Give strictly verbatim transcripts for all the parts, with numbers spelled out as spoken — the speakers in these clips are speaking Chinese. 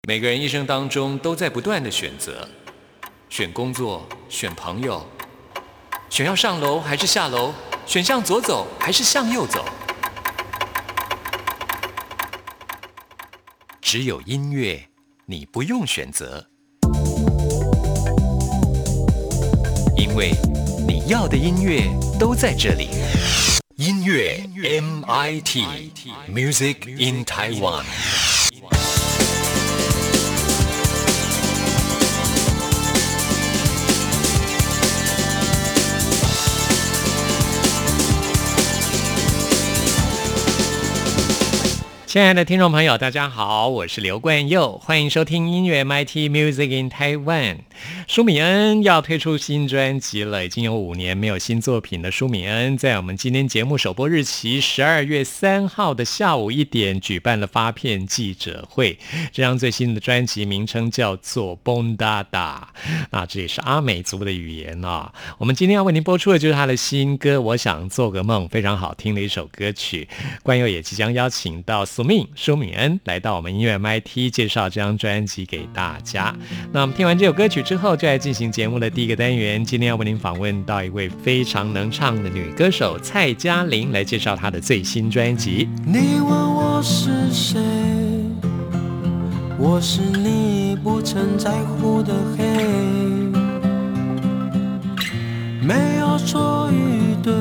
每个人一生当中都在不断的选择，选工作，选朋友，选要上楼还是下楼，选向左走还是向右走。只有音乐，你不用选择，因为你要的音乐都在这里。音乐 M I T Music in Taiwan。亲爱的听众朋友，大家好，我是刘冠佑，欢迎收听音乐 M I T Music in Taiwan。舒米恩要推出新专辑了，已经有五年没有新作品的舒米恩，在我们今天节目首播日期十二月三号的下午一点举办了发片记者会。这张最新的专辑名称叫做 Bondada， 那这也是阿美族的语言啊。我们今天要为您播出的就是他的新歌《我想做个梦》，非常好听的一首歌曲。冠佑也即将邀请到苏敏舒米恩来到我们音乐 M I T 介绍这张专辑给大家。那我们听完这首歌曲之后，就来进行节目的第一个单元。今天要为您访问到一位非常能唱的女歌手蔡嘉玲，来介绍她的最新专辑。 你问我是谁，我是你不曾在乎的黑，没有错与对，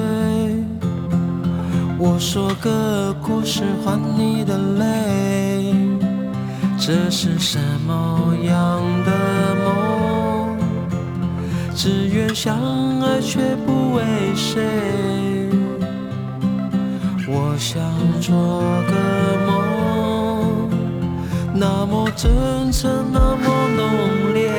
我说个故事换你的泪，这是什么样的梦？只愿相爱却不为谁，我想做个梦，那么真诚，那么浓烈。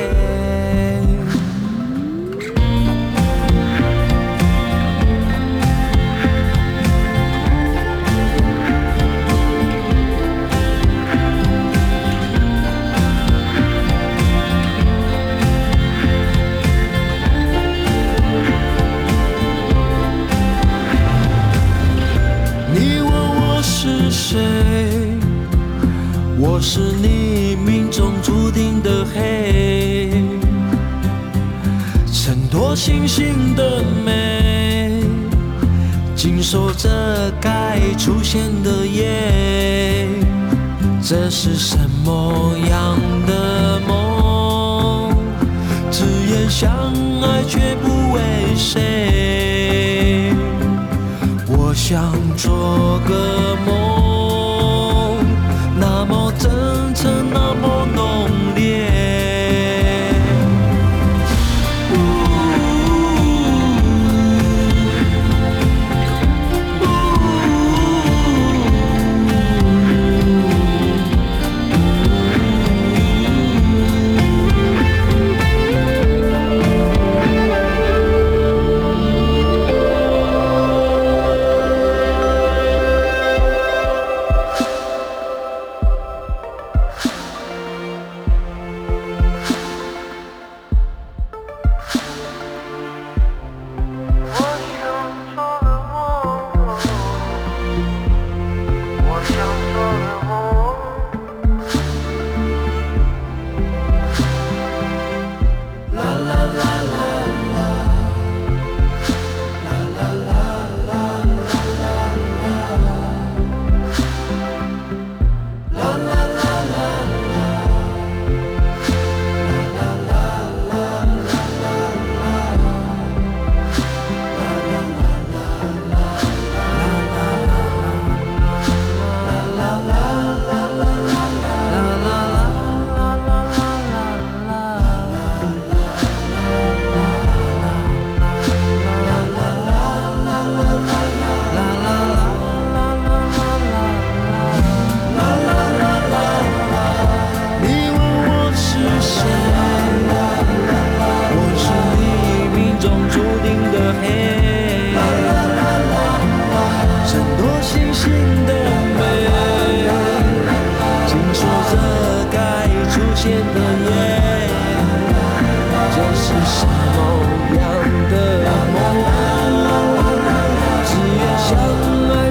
我是你命中注定的黑，衬托星星的美，经受着该出现的夜，这是什么样的梦？只言相爱却不为谁，我想做个梦，那么真诚，那么浓烈。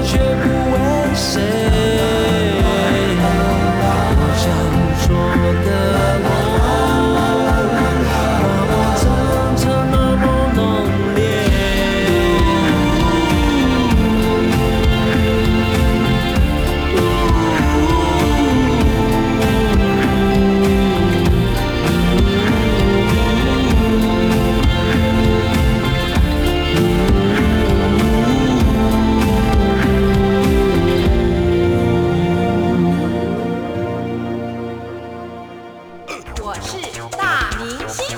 说的我是大明星。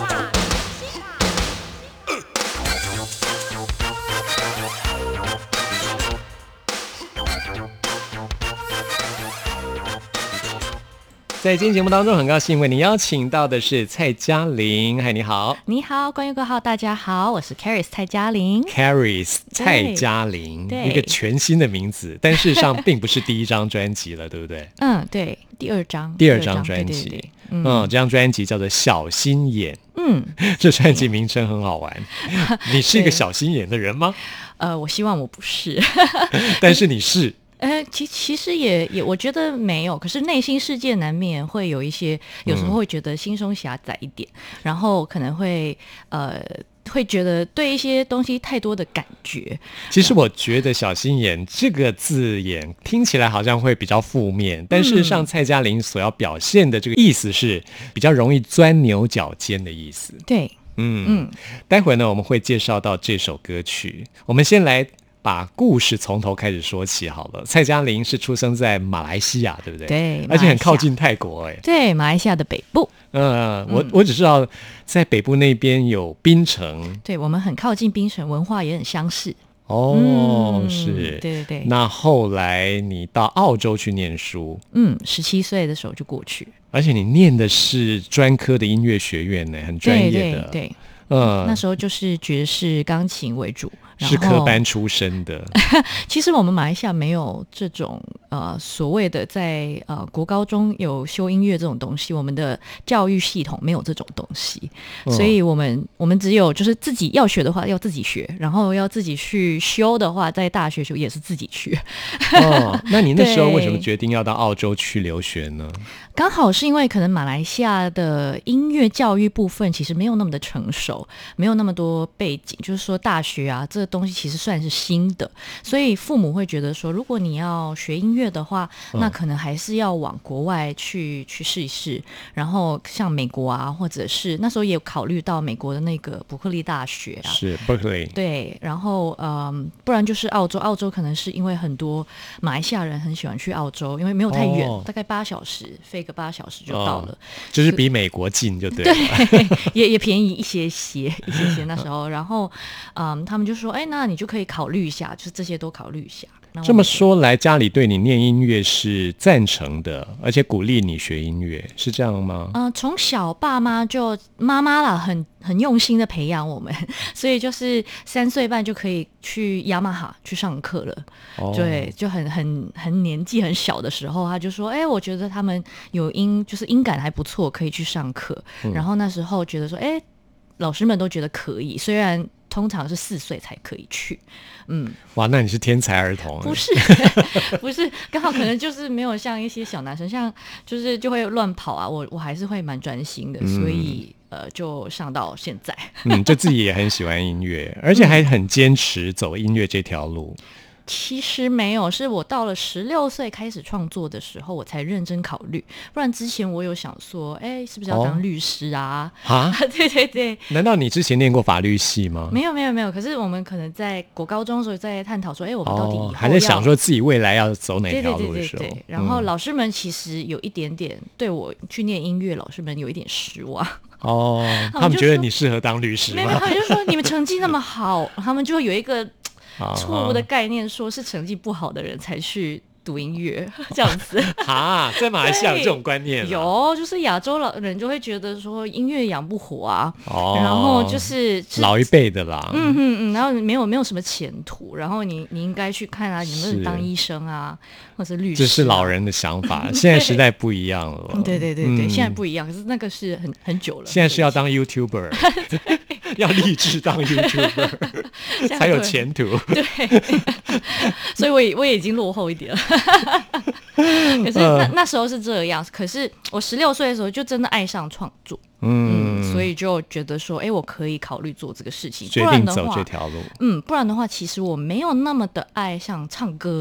在今天节目当中，很高兴为您邀请到的是蔡嘉玲。嗨，你好。 你好，关于哥好，大家好，我是 Caris 蔡嘉玲。 Caris 蔡嘉玲，一个全新的名字，但事实上并不是第一张专辑了，对不对？ 嗯，对，第二张， 第二张专辑。对对对嗯, 嗯，这张专辑叫做《小心眼》。嗯，这专辑名称很好玩。你是一个小心眼的人吗？ 呃，我希望我不是， 但是你是。 呃，其其实也也，我觉得没有，可是内心世界难免会有一些，有时候会觉得心胸狭窄一点，嗯、然后可能会呃。会觉得对一些东西太多的感觉。 其实我觉得小心眼这个字眼听起来好像会比较负面，但事实上蔡嘉玲所要表现的这个意思是比较容易钻牛角尖的意思。 对， 嗯嗯，待会呢我们会介绍到这首歌曲，我们先来把故事从头开始说起好了。蔡嘉玲是出生在马来西亚，对不对？ 对， 而且很靠近泰国。哎， 对，马来西亚的北部。 嗯，我我只知道在北部那边有槟城， 对，我们很靠近槟城，文化也很相似。 哦、嗯，是， 对对对。 那后来你到澳洲去念书， 嗯，十七岁的时候就过去， 而且你念的是专科的音乐学院呢，很专业的。 对对对， 嗯， 那时候就是爵士钢琴为主。 是科班出身的。 其实我们马来西亚没有这种呃所谓的在呃国高中有修音乐这种东西，我们的教育系统没有这种东西，所以我们我们只有就是自己要学的话要自己学，然后要自己去修的话，在大学学也是自己去。 哦，那你那时候为什么决定要到澳洲去留学呢？ 刚好是因为可能马来西亚的音乐教育部分其实没有那么的成熟，没有那么多背景，就是说大学啊这个东西其实算是新的，所以父母会觉得说，如果你要学音乐的话，那可能还是要往国外去去试一试，然后像美国啊，或者是那时候也有考虑到美国的那个伯克利大学啊， 是 Berkeley， 对，然后嗯，不然就是澳洲，澳洲可能是因为很多马来西亚人很喜欢去澳洲，因为没有太远，哦、大概八小时飞个八小时就到了，哦、 就是比美国近就对了， 对，也也便宜一些些一些些那时候，然后嗯，他们就说，哎，那你就可以考虑一下，就是这些都考虑一下。 这么说来，家里对你念音乐是赞成的，而且鼓励你学音乐，是这样吗？ 嗯、呃，从小爸妈就妈妈啦，很很用心的培养我们，所以就是三岁半就可以去雅马哈去上课了。哦、对，就很很很年纪很小的时候，他就说：“哎、欸，我觉得他们有音，就是音感还不错，可以去上课。嗯”然后那时候觉得说：“哎、欸，老师们都觉得可以，虽然。”通常是四岁才可以去，嗯， 哇，那你是天才儿童？ 不是，不是，刚好可能就是没有像一些小男生，像就是就会乱跑啊，我我还是会蛮专心的，嗯、所以呃，就上到现在， 嗯，就自己也很喜欢音乐，而且还很坚持走音乐这条路。 其实没有，是我到了十六岁开始创作的时候，我才认真考虑。不然之前我有想说，哎，是不是要当律师啊？啊、哦，对对对。 难道你之前念过法律系吗？ 没有没有没有。可是我们可能在国高中的时候在探讨说，哎，我们到底以后、哦、 还在想说自己未来要走哪条路的时候。 对对对对对。然后老师们其实有一点点对我去念音乐，老师们有一点失望。 哦，他们觉得你适合当律师吗？ 没有，他们就说你们成绩那么好，他们就会有一个。错误的概念，说是成绩不好的人才去读音乐这样子啊，在马来西亚有这种观念、啊？ 有，就是亚洲老人就会觉得说音乐养不活啊，哦、然后就是老一辈的啦， 嗯嗯嗯，然后没有没有什么前途，然后你你应该去看啊，你能不能当医生啊，或者律师、啊？ 这是老人的想法，现在时代不一样了。 对对对对，嗯、现在不一样，可是那个是很很久了。 现在是要当 YouTuber， 要立志当 YouTuber 才有前途。 对，所以我也我也已经落后一点了。可是那那时候是这样，可是我十六岁的时候就真的爱上创作，嗯, 嗯，所以就觉得说，哎，我可以考虑做这个事情， 决定走这条路。 嗯，不然的话，其实我没有那么的爱像唱歌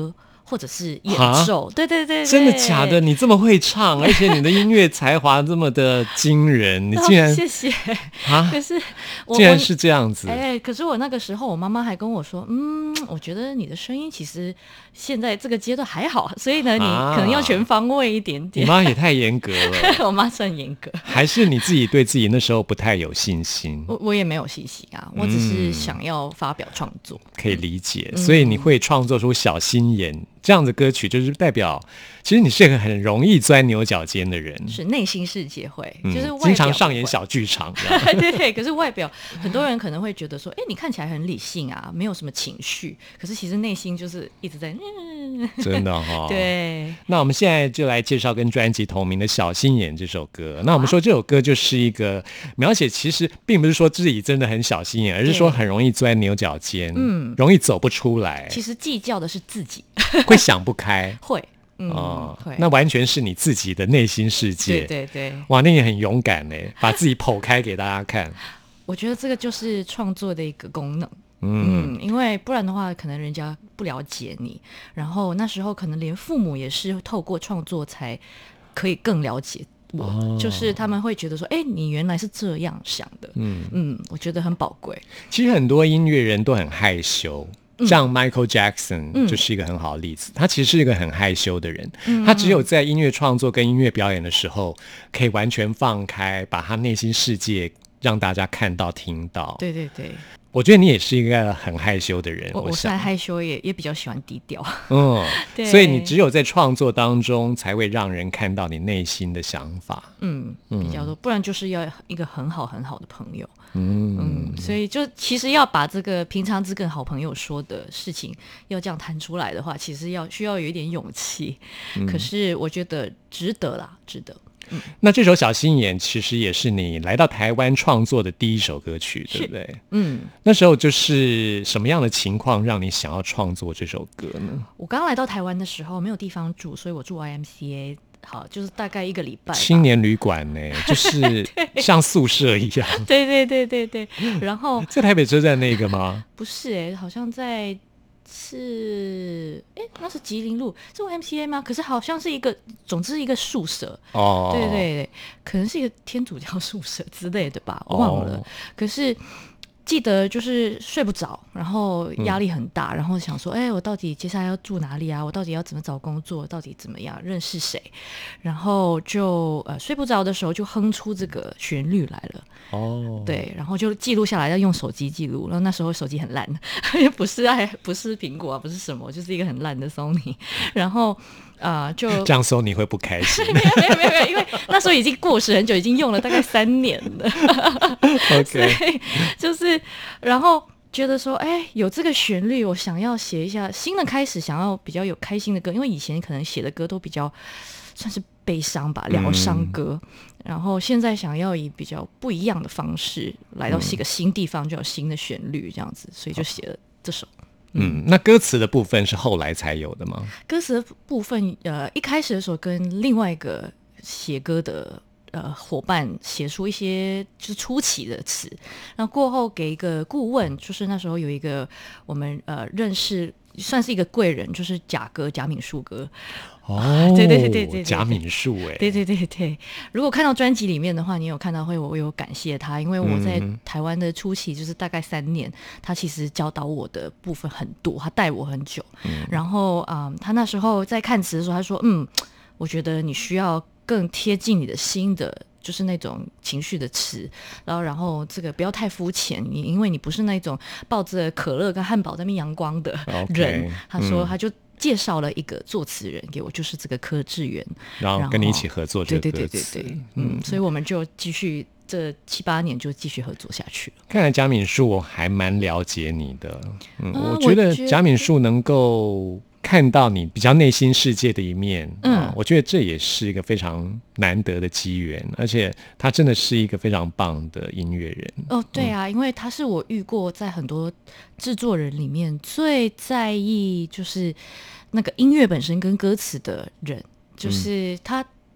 或者是演奏。对对对对， 真的假的？你这么会唱，而且你的音乐才华这么的惊人，你竟然、 哦、谢谢啊！ 可是我竟然是这样子。 哎，可是我那个时候，我妈妈还跟我说，嗯，我觉得你的声音其实现在这个阶段还好，所以呢，你可能要全方位一点点。 你妈也太严格了。 我妈算严格。 还是你自己对自己那时候不太有信心？ 我我也没有信心啊，我只是想要发表创作。 嗯、可以理解，所以你会创作出小心眼这样的歌曲，就是代表其实你是一个很容易钻牛角尖的人， 是内心世界会， 嗯、 就是外表经常上演小剧场。 对对，可是外表很多人可能会觉得说，哎，你看起来很理性啊，没有什么情绪，可是其实内心就是一直在，嗯、 真的哈、哦。 对。 那我们现在就来介绍跟专辑同名的《小心眼》这首歌。那我们说这首歌就是一个描写，其实并不是说自己真的很小心眼，而是说很容易钻牛角尖，嗯，容易走不出来。 其实计较的是自己。 会想不开， 会，嗯， 哦、 会， 那完全是你自己的内心世界。 对对对， 哇，那也很勇敢呢，把自己剖开给大家看。 我觉得这个就是创作的一个功能。嗯, 嗯，因为不然的话，可能人家不了解你，然后那时候可能连父母也是透过创作才可以更了解我，哦、就是他们会觉得说，哎，你原来是这样想的。嗯嗯，我觉得很宝贵。 其实很多音乐人都很害羞。像 Michael Jackson 就是一个很好的例子、嗯、他其实是一个很害羞的人、嗯、他只有在音乐创作跟音乐表演的时候可以完全放开，把他内心世界让大家看到听到。 对对对， 我觉得你也是一个很害羞的人。 我我虽然害羞也也比较喜欢低调。 嗯，对，所以你只有在创作当中才会让人看到你内心的想法。嗯， 比较多，不然就是要一个很好很好的朋友。嗯, 嗯，所以就其实要把这个平常只跟好朋友说的事情要这样谈出来的话，其实要需要有一点勇气、嗯、可是我觉得值得啦，值得。嗯、 那这首《小心眼》其实也是你来到台湾创作的第一首歌曲，对不对？嗯，那时候就是什么样的情况让你想要创作这首歌呢？ 我刚来到台湾的时候没有地方住，所以我住 Y M C A，好，就是大概一个礼拜。 青年旅馆呢，就是像宿舍一样。 对对对对对。然后在台北车站那个吗？ 不是哎、欸，好像在是哎，那是吉林路，是 Y M C A 吗？可是好像是一个，总之是一个宿舍。哦，对对对，可能是一个天主教宿舍之类的吧，我忘了。哦、可是。记得就是睡不着，然后压力很大、嗯、然后想说哎，我到底接下来要住哪里啊，我到底要怎么找工作，到底怎么样认识谁，然后就呃睡不着的时候就哼出这个旋律来了。哦，对，然后就记录下来，要用手机记录，然后那时候手机很烂，不是还不是苹果啊，不是什么，就是一个很烂的 Sony， 然后啊、呃，就这样说你会不开心？ 没有没有没有没有，因为那时候已经过时很久，已经用了大概三年了。OK， 所以就是然后觉得说，哎，有这个旋律，我想要写一下新的开始，想要比较有开心的歌，因为以前可能写的歌都比较算是悲伤吧，疗伤歌、嗯。然后现在想要以比较不一样的方式来到一个新地方，就有新的旋律这样子，所以就写了这首。 嗯，那歌词的部分是后来才有的吗？ 歌词的部分，呃，一开始的时候跟另外一个写歌的呃伙伴写出一些就是初期的词，然后过后给一个顾问，就是那时候有一个我们呃认识，算是一个贵人，就是贾哥贾敏树哥。 哦， 对对对对对， 贾敏树哎， 对对对对。如果看到专辑里面的话，你有看到会我有感谢他，因为我在台湾的初期就是大概三年，他其实教导我的部分很多，他带我很久。嗯、然后啊、嗯，他那时候在看词的时候，他说：“嗯，我觉得你需要更贴近你的心的。”就是那种情绪的词，然后然后这个不要太肤浅，你因为你不是那种抱着可乐跟汉堡在那边阳光的人。Okay, 他说、嗯、他就介绍了一个作词人给我，就是这个柯志源， 然后跟你一起合作这个歌词。对对对对对， 嗯，所以我们就继续这七八年就继续合作下去了。 看来贾敏树我还蛮了解你的，嗯，啊、我觉得贾敏树能够看到你比较内心世界的一面，嗯、啊，我觉得这也是一个非常难得的机缘，而且他真的是一个非常棒的音乐人。 哦，对啊、嗯，因为他是我遇过在很多制作人里面最在意就是那个音乐本身跟歌词的人，就是他、嗯、他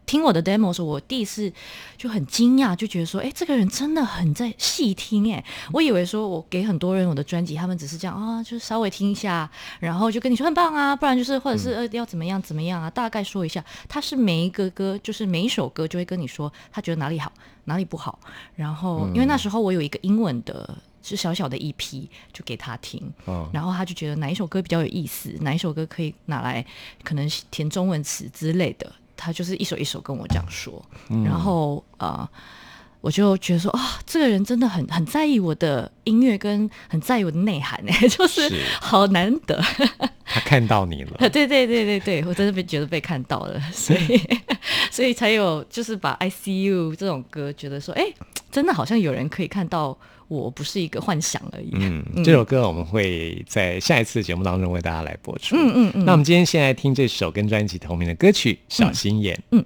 听我的 demo 的时候，我第一次就很惊讶，就觉得说，哎，这个人真的很在细听哎。我以为说我给很多人我的专辑，他们只是这样啊，就是稍微听一下，然后就跟你说很棒啊，不然就是或者是呃要怎么样怎么样啊，大概说一下。他是每一个歌，就是每一首歌就会跟你说他觉得哪里好，哪里不好。然后因为那时候我有一个英文的。是小小的 E P 就给他听、哦、然后他就觉得哪一首歌比较有意思，哪一首歌可以拿来可能填中文词之类的，他就是一首一首跟我这样说、嗯、然后呃我就觉得说啊、哦，这个人真的很很在意我的音乐跟很在意我的内涵哎，就是好难得他看到你了对对对对对，我真的被觉得被看到了，所以所以才有就是把 I See You 这种歌觉得说哎，真的好像有人可以看到我不是一个幻想而已。 嗯，这首歌我们会在下一次的节目当中为大家来播出。 嗯嗯嗯。 那我们今天先来听这首跟专辑同名的歌曲《小心眼》。 嗯。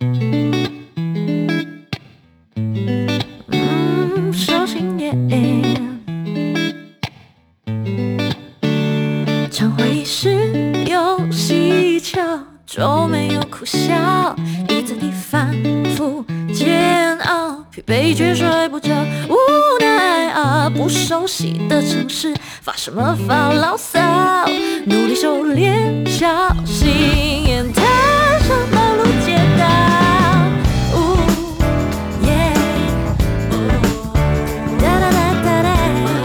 嗯, 嗯小心眼。常回忆时有蹊跷，就没有哭笑，一在地反复煎熬，疲惫却睡不着。无奈啊，不熟悉的城市，发什么发牢骚？努力收敛，小心眼，踏上马路街道。呜耶，哒哒哒哒哒，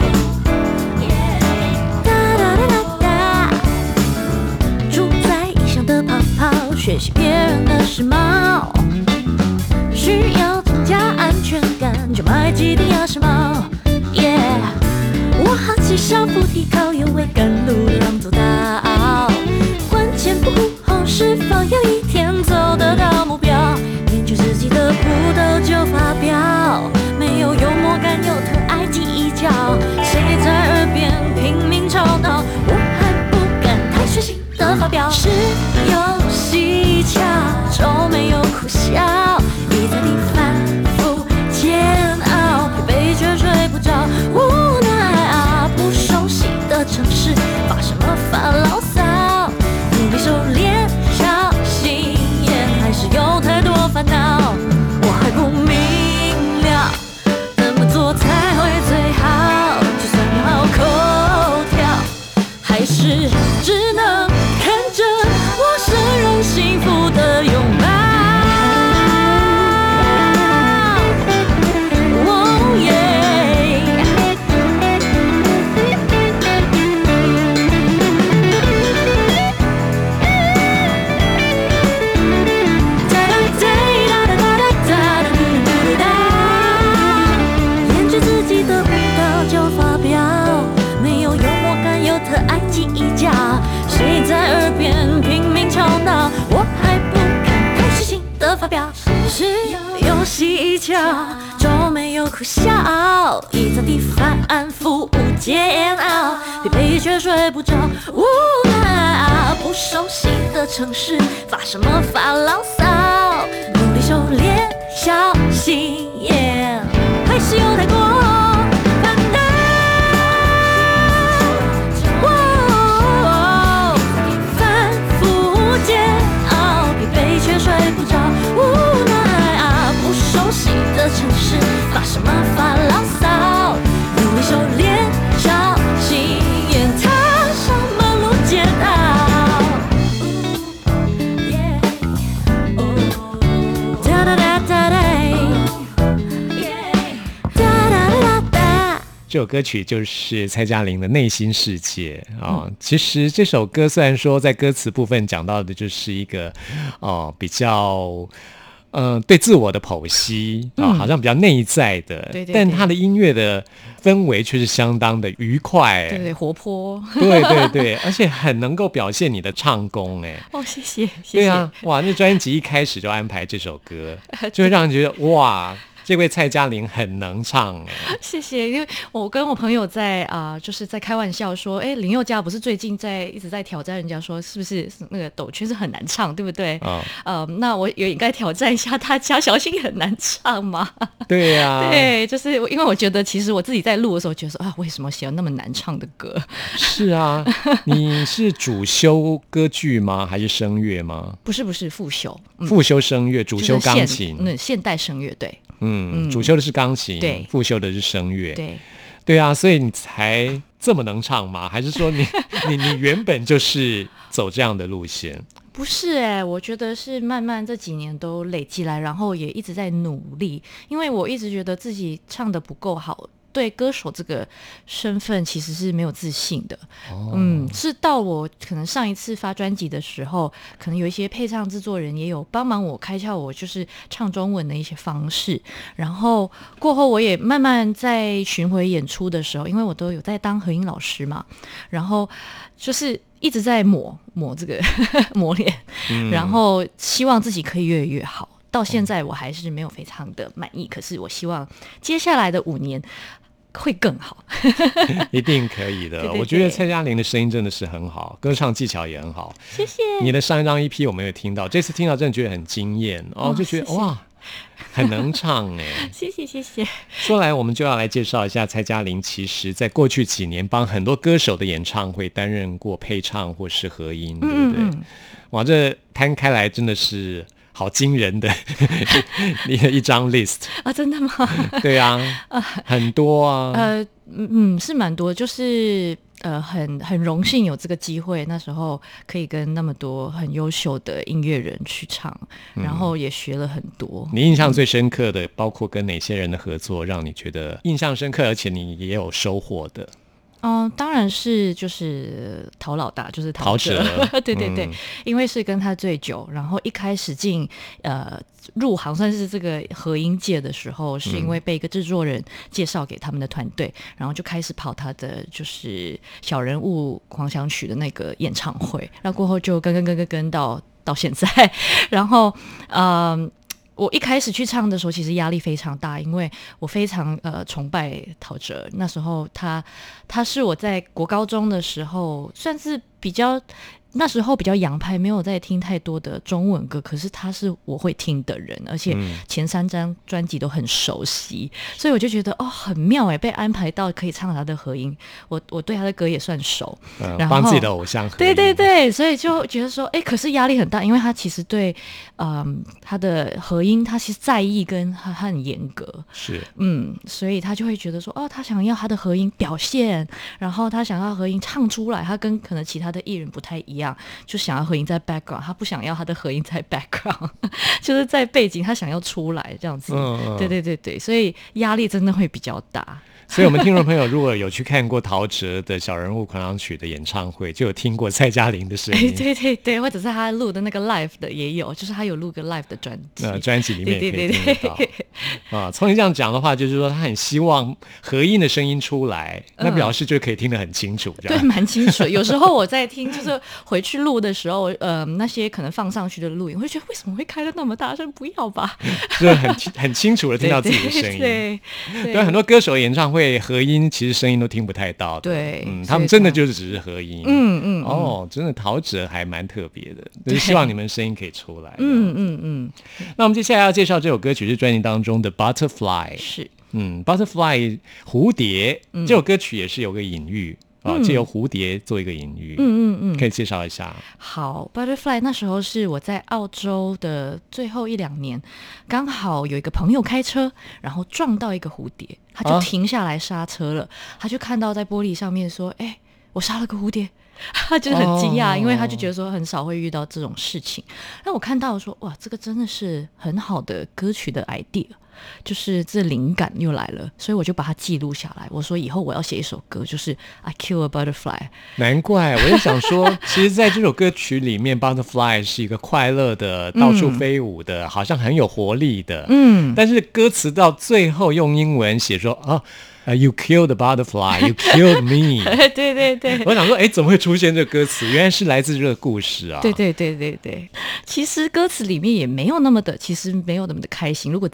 哒哒哒哒哒。住在异乡的泡泡，学习别人的时髦，需要增加安全感，就买几顶鸭舌帽。Yeah， 我好奇小腹提高，有为赶路让走道，关前不顾后，是否有一天走得到目标？研究自己的葡萄酒发表，没有幽默感，又特爱记一角，谁在耳边拼命吵闹，我还不敢太随性的发表。是有蹊跷，就没有哭笑，一在地反复煎熬，疲惫却睡不着。无奈啊，不熟悉的城市，发什么发牢骚？努力收敛，小心眼，还是有太多烦恼。我还不明了，怎么做才会最好？就算好口条，还是只能看着陌生人幸福的拥抱。谁在耳边拼命吵闹，我还不敢太细心的发表。是有蹊跷，就没有哭笑，一在地反复煎熬，疲惫却睡不着。无奈啊，不熟悉的城市，发什么发牢骚？努力收敛，小心眼，还是有太多。的城市发什么发牢骚？努力收敛，小心眼，踏上马路街道。哒哒哒哒哒，哒哒哒哒。 这首歌曲就是蔡嘉玲的内心世界啊、哦。其实这首歌虽然说在歌词部分讲到的就是一个哦比较。嗯、呃，对自我的剖析啊、嗯，好像比较内在的， 对对对， 但他的音乐的氛围却是相当的愉快， 对对，活泼， 对对对，而且很能够表现你的唱功，哎， 哦，谢谢，谢谢， 对啊，哇，那专辑一开始就安排这首歌，就会让人觉得哇， 这位蔡嘉玲很能唱哎， 谢谢。因为我跟我朋友在啊、呃，就是在开玩笑说，哎，林宥嘉不是最近在一直在挑战人家说，是不是那个抖圈是很难唱，对不对？啊、哦，呃，那我也应该挑战一下大家，小心很难唱吗？ 对呀、啊， 对，就是因为我觉得其实我自己在录的时候，觉得说啊，为什么写了那么难唱的歌？ 是啊，你是主修歌剧吗？还是声乐吗？ 不是，不是副修，嗯、 副修声乐，主修钢琴， 嗯，现代声乐，对。 嗯，主修的是钢琴， 对， 副修的是声乐， 对， 对啊，所以你才这么能唱吗？还是说你你你原本就是走这样的路线？ 不是哎、欸，我觉得是慢慢这几年都累积来，然后也一直在努力，因为我一直觉得自己唱得不够好。对歌手这个身份其实是没有自信的、哦、嗯，是到我可能上一次发专辑的时候，可能有一些配唱制作人也有帮忙我开窍我就是唱中文的一些方式，然后过后我也慢慢在巡回演出的时候，因为我都有在当和音老师嘛，然后就是一直在磨磨这个磨练、嗯、然后希望自己可以越来越好，到现在我还是没有非常的满意，可是我希望接下来的五年会更好一定可以的。对对对，我觉得蔡嘉玲的声音真的是很好，歌唱技巧也很好， 谢谢。 你的上一张 E P 我们有听到，这次听到真的觉得很惊艳哦，就觉得谢谢哇很能唱哎谢谢谢谢。 说来我们就要来介绍一下蔡嘉玲，其实在过去几年帮很多歌手的演唱会担任过配唱或是和音，对不对？嗯、哇，这摊开来真的是好惊人的你的一张 list 啊，真的吗？ 对啊，呃、很多啊， 呃，嗯，是蛮多，就是呃，很很荣幸有这个机会，那时候可以跟那么多很优秀的音乐人去唱，然后也学了很多。 嗯、你印象最深刻的，包括跟哪些人的合作，让你觉得印象深刻，而且你也有收获的？ 嗯、呃，当然是就是陶老大，就是陶喆，对对对、嗯，因为是跟他最久，然后一开始进呃入行算是这个和音界的时候，是因为被一个制作人介绍给他们的团队、嗯，然后就开始跑他的就是小人物狂想曲的那个演唱会，那过后就跟跟跟跟跟到到现在，然后嗯。呃我一开始去唱的时候，其实压力非常大，因为我非常呃崇拜陶喆。那时候他他是我在国高中的时候，算是比较那时候比较洋派，没有在听太多的中文歌，可是他是我会听的人，而且前三张专辑都很熟悉，嗯、所以我就觉得哦很妙哎，被安排到可以唱他的和音，我我对他的歌也算熟， 嗯、然后帮自己的偶像合音， 对对对，所以就觉得说哎，可是压力很大，因为他其实对嗯他的和音他其实在意跟他很严格， 是嗯，所以他就会觉得说哦，他想要他的和音表现，然后他想要和音唱出来，他跟可能其他的艺人不太一样。就想要和音在 background， 他不想要他的和音在 background， 就是在背景他想要出来这样子，嗯嗯对对对对，所以压力真的会比较大。 所以我们听众朋友如果有去看过陶喆的小人物狂想曲的演唱会，就有听过蔡嘉玲的声音， 对对对，或者是他录的那个 live 的也有，就是他有录个 live 的专辑， 呃，专辑里面也可以听得到。对对对对啊，从你这样讲的话，就是说他很希望和音的声音出来，那表示就可以听得很清楚，这样对，蛮清楚。有时候我在听，就是回去录的时候，呃，那些可能放上去的录音，我会觉得为什么会开得那么大声？不要吧， 就是很很清楚的听到自己的声音。 对对 对, 对，很多歌手演唱会和音其实声音都听不太到的， 对， 嗯，他们真的就是只是和音， 嗯嗯， 哦，真的陶喆还蛮特别的，就是希望你们声音可以出来， 嗯嗯嗯。 那我们接下来要介绍这首歌曲是专辑当中的 Butterfly， 是， 嗯 ，Butterfly 蝴蝶、嗯，这首歌曲也是有个隐喻。啊，借由蝴蝶做一个隐喻，嗯嗯嗯，可以介绍一下。 好 ，Butterfly 那时候是我在澳洲的最后一两年，刚好有一个朋友开车，然后撞到一个蝴蝶，他就停下来刹车了，啊、他就看到在玻璃上面说：“哎、欸，我杀了个蝴蝶。”他就很惊讶、哦，因为他就觉得说很少会遇到这种事情。那我看到说，哇，这个真的是很好的歌曲的 idea。就是这灵感又来了，所以我就把它记录下来。我说以后我要写一首歌，就是 I kill a butterfly。难怪我也想说，其实在这首歌曲里面，butterfly 是一个快乐的、到处飞舞的、嗯，好像很有活力的。嗯，但是歌词到最后用英文写说啊。Uh, you killed the butterfly, you killed me 。 对对对， 我想说，哎，怎么会出现这个歌词？原来是来自这个故事啊！ 对对对对对，其实歌词里面也没有那么的，其实没有那么的开心。如果仔细看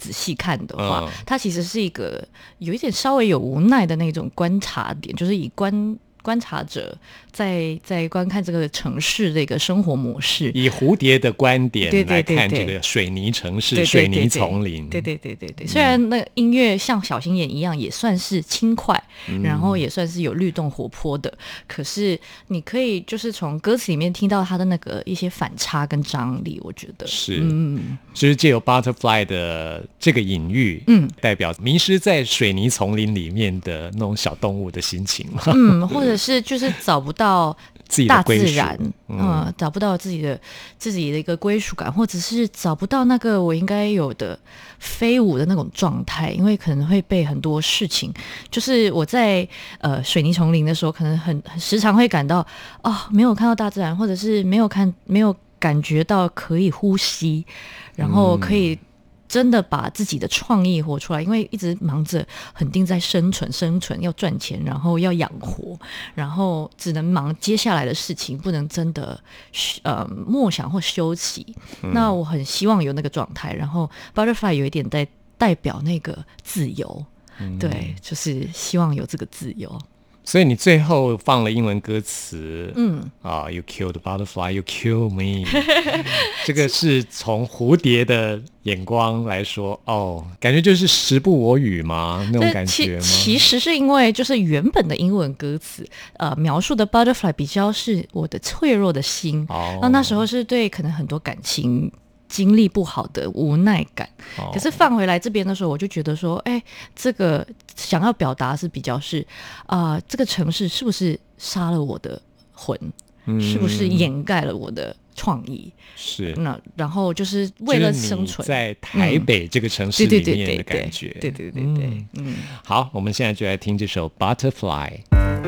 看的话， 嗯、 它其实是一个有一点稍微有无奈的那种观察点，就是以观观察者在在观看这个城市的一个生活模式， 以蝴蝶的观点对对来对对对看这个水泥城市、 对对水对对泥丛林。 对对对对对，虽然那个音乐像小心眼一样，也算是轻快， 嗯然后也算是有律动活泼的，可是你可以就是从歌词里面听到它的那个一些反差跟张力，我觉得是， 嗯， 就是借由 butterfly 的这个隐喻， 嗯， 代表迷失在水泥丛林里面的那种小动物的心情嘛。 嗯，或者是就是找不到自己的大归属自然， 嗯嗯，找不到自己的自己的一个归属感，或者是找不到那个我应该有的飞舞的那种状态，因为可能会被很多事情，就是我在呃水泥丛林的时候，可能很很时常会感到哦，没有看到大自然，或者是没有看没有感觉到可以呼吸，然后可以真的把自己的创意活出来，因为一直忙着很定在生存生存要赚钱，然后要养活，然后只能忙接下来的事情，不能真的呃默想或休息、嗯、那我很希望有那个状态，然后 Butterfly 有一点代代表那个自由、嗯、对，就是希望有这个自由。 所以你最后放了英文歌词， 嗯啊 ，You killed the butterfly, you kill me 。这个是从蝴蝶的眼光来说，哦，感觉就是时不我与嘛，那种感觉吗？ 其, 其实是因为就是原本的英文歌词，呃，描述的 butterfly 比较是我的脆弱的心，哦，那那时候是对可能很多感情经历不好的无奈感、哦、可是放回来这边的时候，我就觉得说，哎，这个想要表达是比较是啊、呃，这个城市是不是杀了我的魂、嗯、是不是掩盖了我的创意， 是那然后就是为了生存， 就是、在台北这个城市里面的感觉， 对对对对对，嗯， 嗯好，我们现在就来听这首 Butterfly。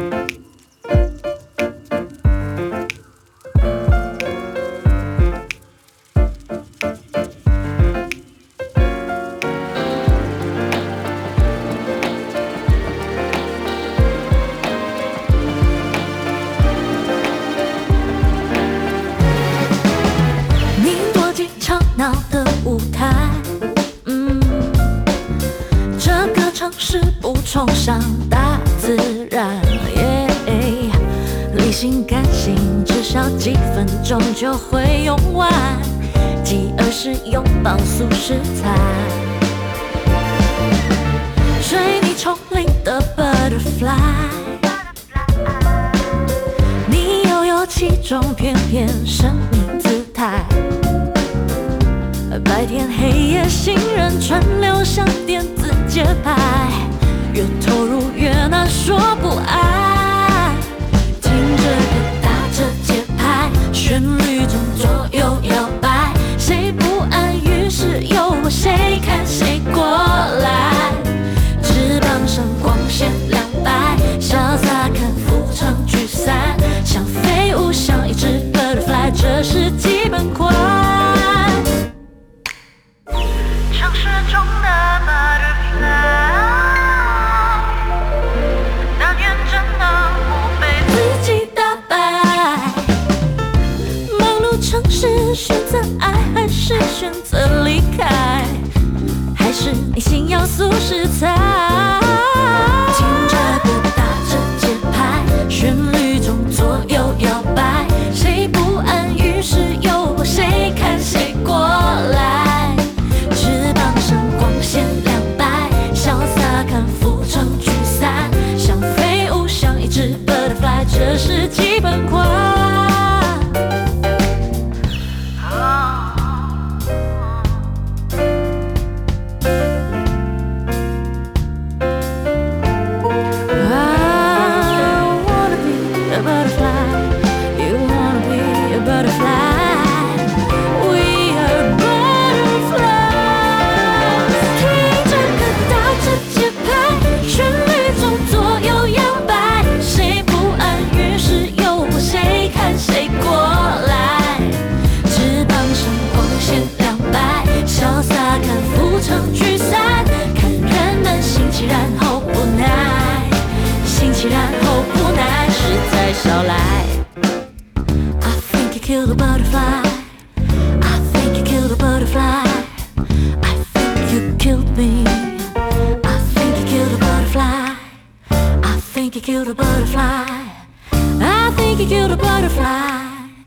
冲上大自然、yeah、理性感性至少几分钟就会用完，饥饿时拥抱素食餐，水泥丛林的 butterfly， 你悠悠其中翩翩生命姿态，白天黑夜行人川流像电子节拍，越投入越难说不爱，听着歌打着节拍，旋律中左右摇摆，谁不安于是由我，谁看谁过来，翅膀上光线亮白，潇洒看浮城聚散，像飞舞像一只 butterfly， 这是基本款，城市中的 butterfly，城市选择爱还是选择离开，还是你心要素食菜，听着歌打着节拍，旋律中左右摇摆，谁不安于是由我，谁看谁过来，翅膀上光线亮白，潇洒看浮城聚散，像飞舞像一只 butterfly， 这是基本款，少来 I think you killed a butterfly I think you killed a butterfly I think you killed me think you killed a butterfly. I think you killed a butterfly.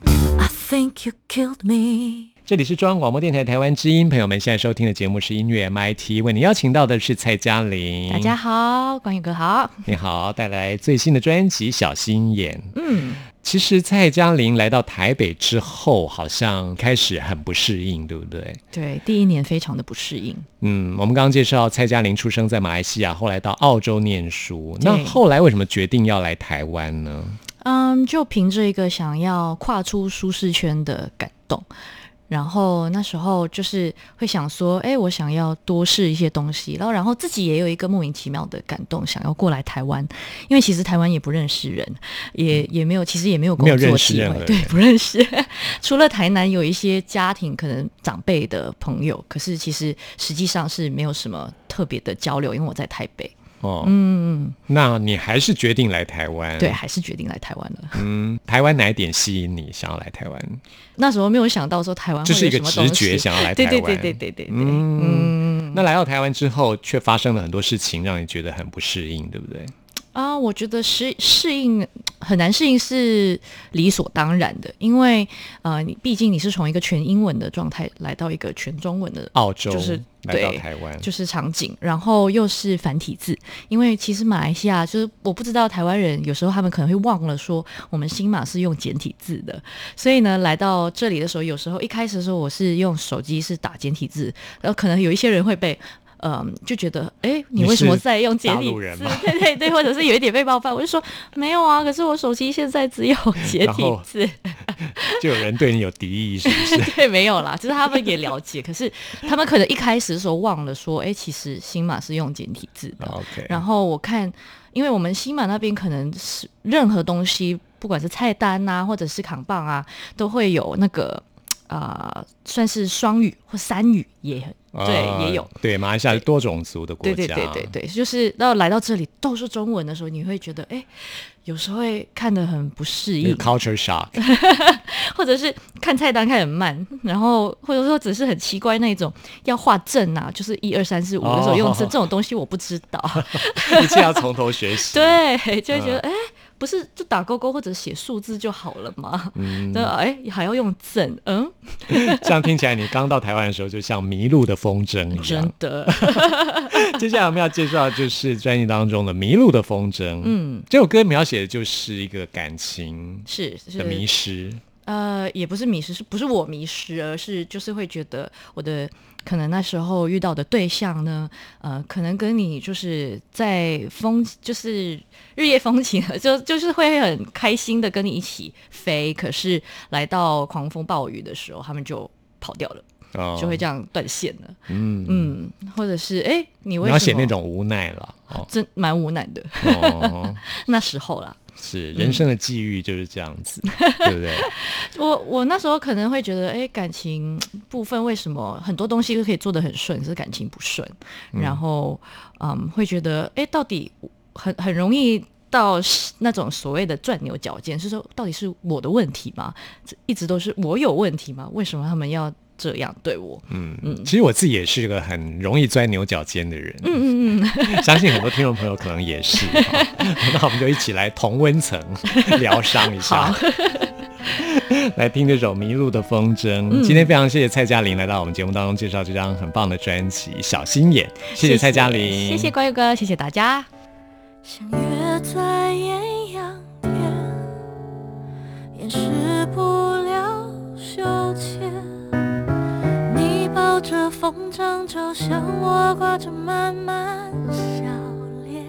I think you killed me. 这里是中央广播电台台湾之音，朋友们现在收听的节目是音乐 M I T， 为你邀请到的是蔡嘉玲。 大家好，关宇哥好。 你好，带来最新的专辑《小心眼》。 嗯， 其实蔡嘉玲来到台北之后，好像开始很不适应，对不对？ 对，第一年非常的不适应。 嗯，我们刚刚介绍蔡嘉玲出生在马来西亚，后来到澳洲念书，那后来为什么决定要来台湾呢？ 嗯，就凭着一个想要跨出舒适圈的感动。然后那时候就是会想说，哎，我想要多试一些东西，然后然后自己也有一个莫名其妙的感动，想要过来台湾，因为其实台湾也不认识人，也也没有，其实也没有工作机会，对，不认识。除了台南有一些家庭可能长辈的朋友，可是其实实际上是没有什么特别的交流，因为我在台北。 哦，嗯，那你还是决定来台湾？ 对，还是决定来台湾了。 嗯，台湾哪一点吸引你想要来台湾？ 那时候没有想到说台湾会有什么东西， 这是一个直觉想要来台湾。 对对对对对对对。 嗯，嗯，那来到台湾之后，却发生了很多事情，让你觉得很不适应，对不对？ 啊，我觉得适适应很难适应是理所当然的，因为呃，你毕竟你是从一个全英文的状态来到一个全中文的澳洲， 就是来到台湾， 就是场景，然后又是繁体字，因为其实马来西亚就是我不知道台湾人有时候他们可能会忘了说我们新马是用简体字的，所以呢，来到这里的时候，有时候一开始的时候我是用手机是打简体字，然后可能有一些人会被。嗯，就觉得哎，你为什么在用简体字？对对对，或者是有一点被冒犯，我就说没有啊，可是我手机现在只有简体字， 就有人对你有敌意，是不是？ 对，没有啦，就是他们也了解，可是他们可能一开始的时候忘了说，哎，其实新马是用简体字的。 Okay. 然后我看，因为我们新马那边可能是任何东西，不管是菜单啊，或者是扛棒啊，都会有那个。呃，算是双语或三语也很、呃、对，也有对，马来西亚是多种族的国家， 对对对对对，就是到来到这里都是中文的时候，你会觉得哎，有时候会看得很不适应 ，culture shock， 或者是看菜单看很慢，然后或者说只是很奇怪那种要画正啊，就是一二三四五的时候用这、哦、这种东西我不知道， 一切要从头学习， 对，就会觉得哎。嗯不是就打勾勾或者写数字就好了吗？嗯，对，哎，还要用正，嗯， 这样听起来，你刚到台湾的时候就像迷路的风筝一样， 真的。 接下来我们要介绍的就是专辑当中的《迷路的风筝》。嗯，这首歌描写的就是一个感情是的迷失。 呃，也不是迷失，是不是我迷失，而是就是会觉得我的可能那时候遇到的对象呢，呃，可能跟你就是在风，就是日夜风情，就就是会很开心的跟你一起飞，可是来到狂风暴雨的时候，他们就跑掉了。哦、就会这样断线了，嗯嗯，或者是哎，你为什么？ 你要写那种无奈了， 哦、真蛮无奈的，哦、那时候啦。 是人生的际遇就是这样子，嗯、对不对？ 我我那时候可能会觉得，哎，感情部分为什么很多东西都可以做得很顺，可是感情不顺，嗯、然后嗯，会觉得，哎，到底很很容易到那种所谓的钻牛角尖，是说到底是我的问题吗？一直都是我有问题吗？为什么他们要这样对我？嗯嗯，其实我自己也是一个很容易钻牛角尖的人。嗯嗯嗯，相信很多听众朋友可能也是。那我们就一起来同温层疗伤一下。来听这首《迷路的风筝》。嗯、今天非常谢谢蔡嘉玲来到我们节目当中介绍这张很棒的专辑《小心眼》。谢谢蔡嘉玲， 谢谢关佑哥，谢谢大家。 相约在艳阳天，掩饰不了羞怯。你抱着风筝，就像我挂着满满笑脸。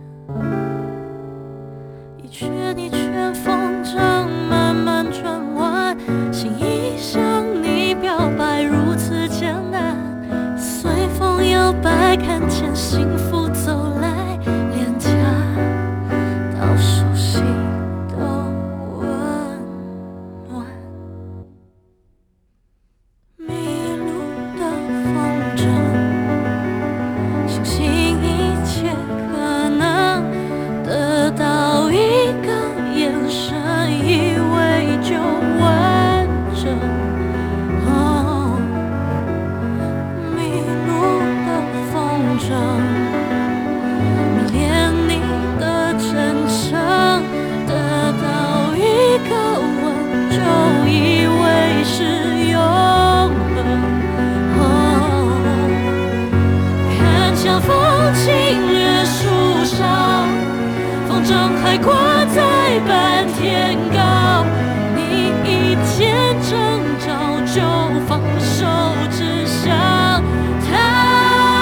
一圈一圈风筝慢慢转弯，心意向你表白如此艰难。随风摇摆，看见幸福走来，脸颊到手心都温暖。迷路的风筝，相信一切可能，得到一个眼神，以为就完整。哦，迷路的风筝，迷恋你的真情叶树上，风筝还挂在半天高。你一见征兆就放手，只想逃。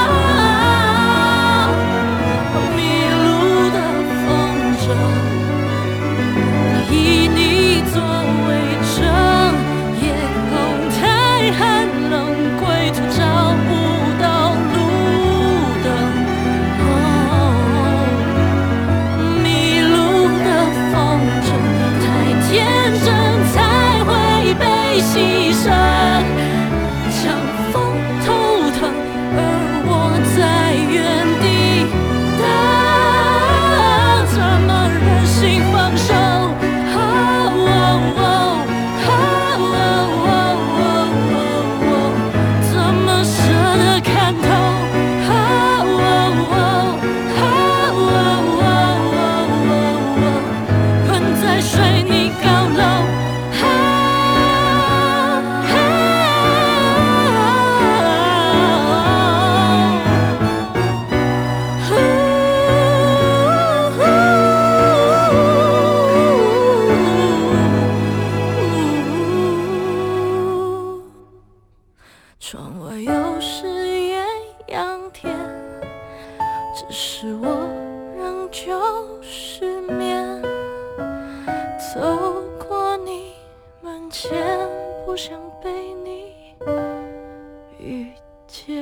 迷路的风筝，以你作为证，夜空太寒冷，归途找不到路灯。哦，迷路的风筝太天真，才会被牺牲，让风头疼，而我在原地等，怎么忍心放手？哦哦哦哦哦哦，怎么舍得看透？哦哦哦哦哦，困在水泥高楼。窗外又是艳阳天，只是我仍旧失眠。走过你门前，不想被你遇见。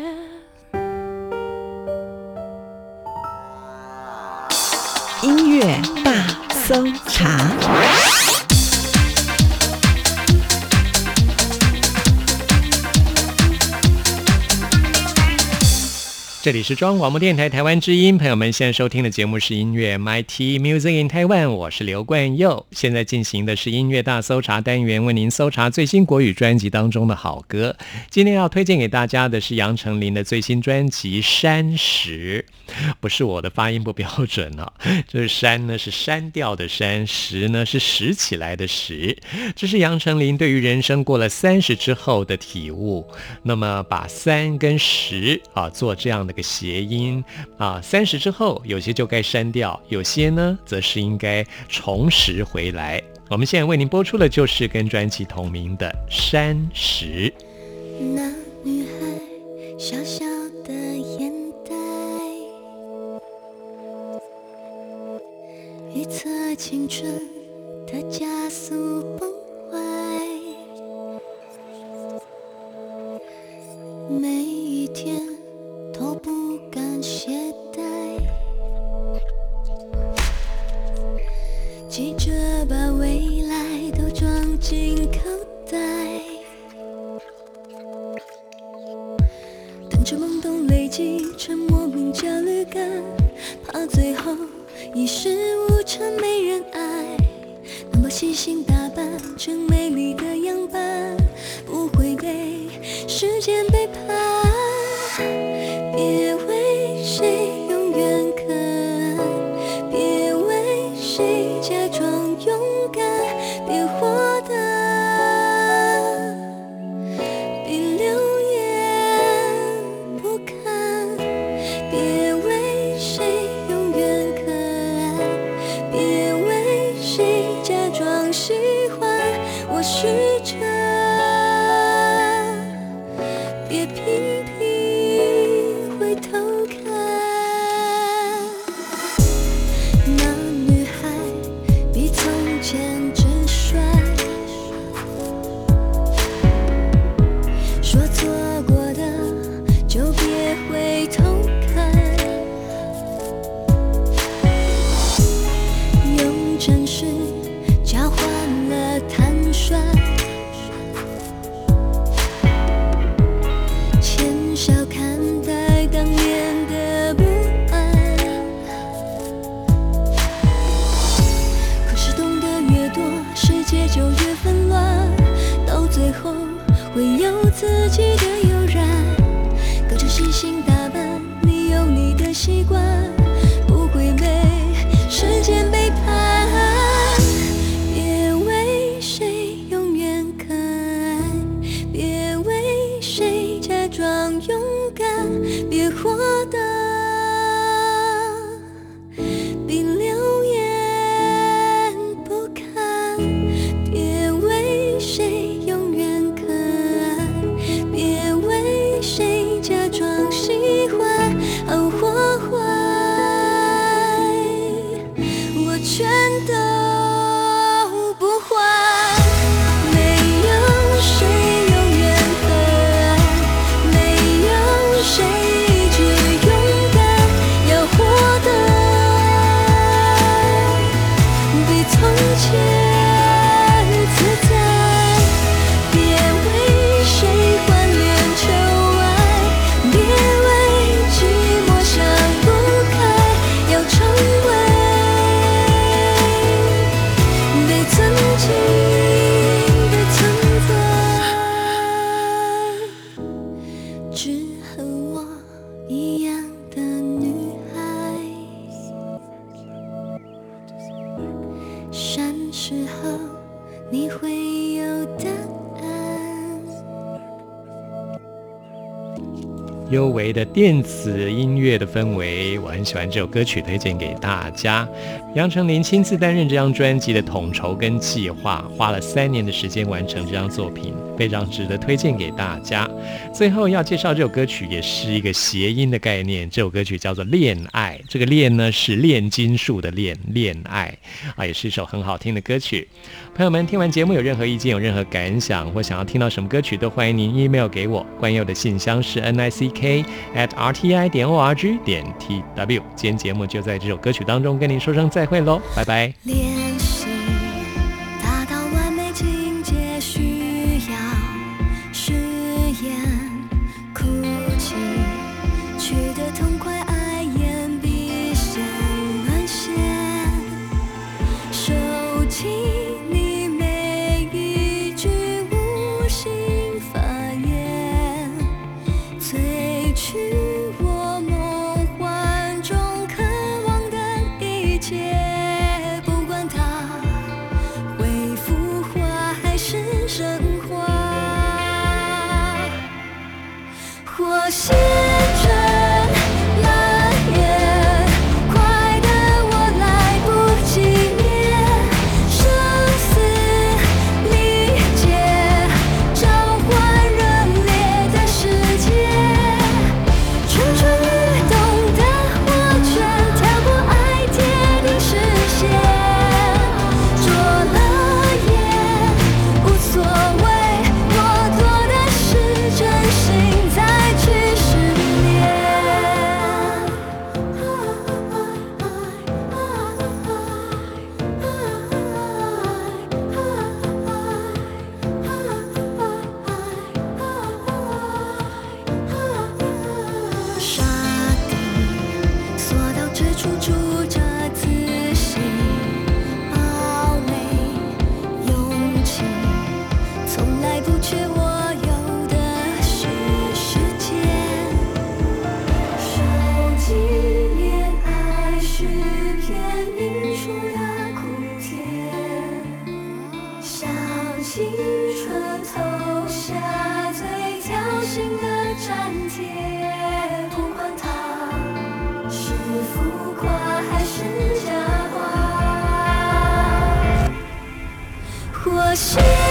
音乐大搜查。 这里是中央广播电台台湾之音，朋友们现在收听的节目是音乐 M I T Music in Taiwan， 我是刘冠佑。现在进行的是音乐大搜查单元，为您搜查最新国语专辑当中的好歌。今天要推荐给大家的是杨丞琳的最新专辑《山石》，不是我的发音不标准啊，这是山呢是删掉的山，石呢是拾起来的石。这是杨丞琳对于人生过了三十之后的体悟，那么把三跟十啊做这样的个谐音啊，三十之后有些就该删掉，有些呢则是应该重拾回来。我们现在为您播出的就是跟专辑同名的《山石》。 那女孩小小的眼袋，预测青春的加速崩坏，每一天都不敢懈怠，急着把未来都装进口袋，等着懵懂累积成莫名焦虑感，怕最后一事无成没人爱，能把细心打扮成美丽的样板，不会被时间背叛。别为谁永远可爱，别为谁假装勇敢，别活得比流言不堪，别为谁永远可爱，别为谁假装喜欢，我试着别频频回头看。那女孩比从前直率，说错过的就别回头看，用诚实交换了坦率，谦笑看待当年的不安，可是懂得越多，世界就越纷乱，到最后会有自己的悠然，隔着细心打扮，你有你的习惯，不会被时间背叛。别为谁永远可爱，别为谁假装勇敢，别活得时候，你会有答案。 幽微的电子音乐的氛围，我很喜欢这首歌曲，推荐给大家。杨丞琳亲自担任这张专辑的统筹跟计划，花了三年的时间完成这张作品，非常值得推荐给大家。最后要介绍这首歌曲，也是一个谐音的概念，这首歌曲叫做《恋爱》，这个恋呢是炼金术的炼，恋爱啊，也是一首很好听的歌曲。朋友们，听完节目有任何意见、有任何感想，或想要听到什么歌曲，都欢迎您 email 给我。关佑的信箱是 n i c k at r t i 点 o r g 点 t w。今天节目就在这首歌曲当中跟您说声再会喽，拜拜。 练习达到完美境界，需要誓言，哭泣取得痛快，爱眼闭线沦陷，收起你每一句无心发言，萃取我梦幻中渴望的一切，不管它会孵化还是神话，或写成蔓延，快得我来不及念，生死理解，召唤热烈的世界，蠢蠢欲动的火圈，跳过爱铁定实现，做了也无所谓，我做的是真心再去失恋。沙地所到之处住着自信、傲美、勇气，从来不缺我有的是时间。收集恋爱诗篇映出的苦甜，像青春投下最挑衅的粘贴，不管它是浮夸还是假话，或许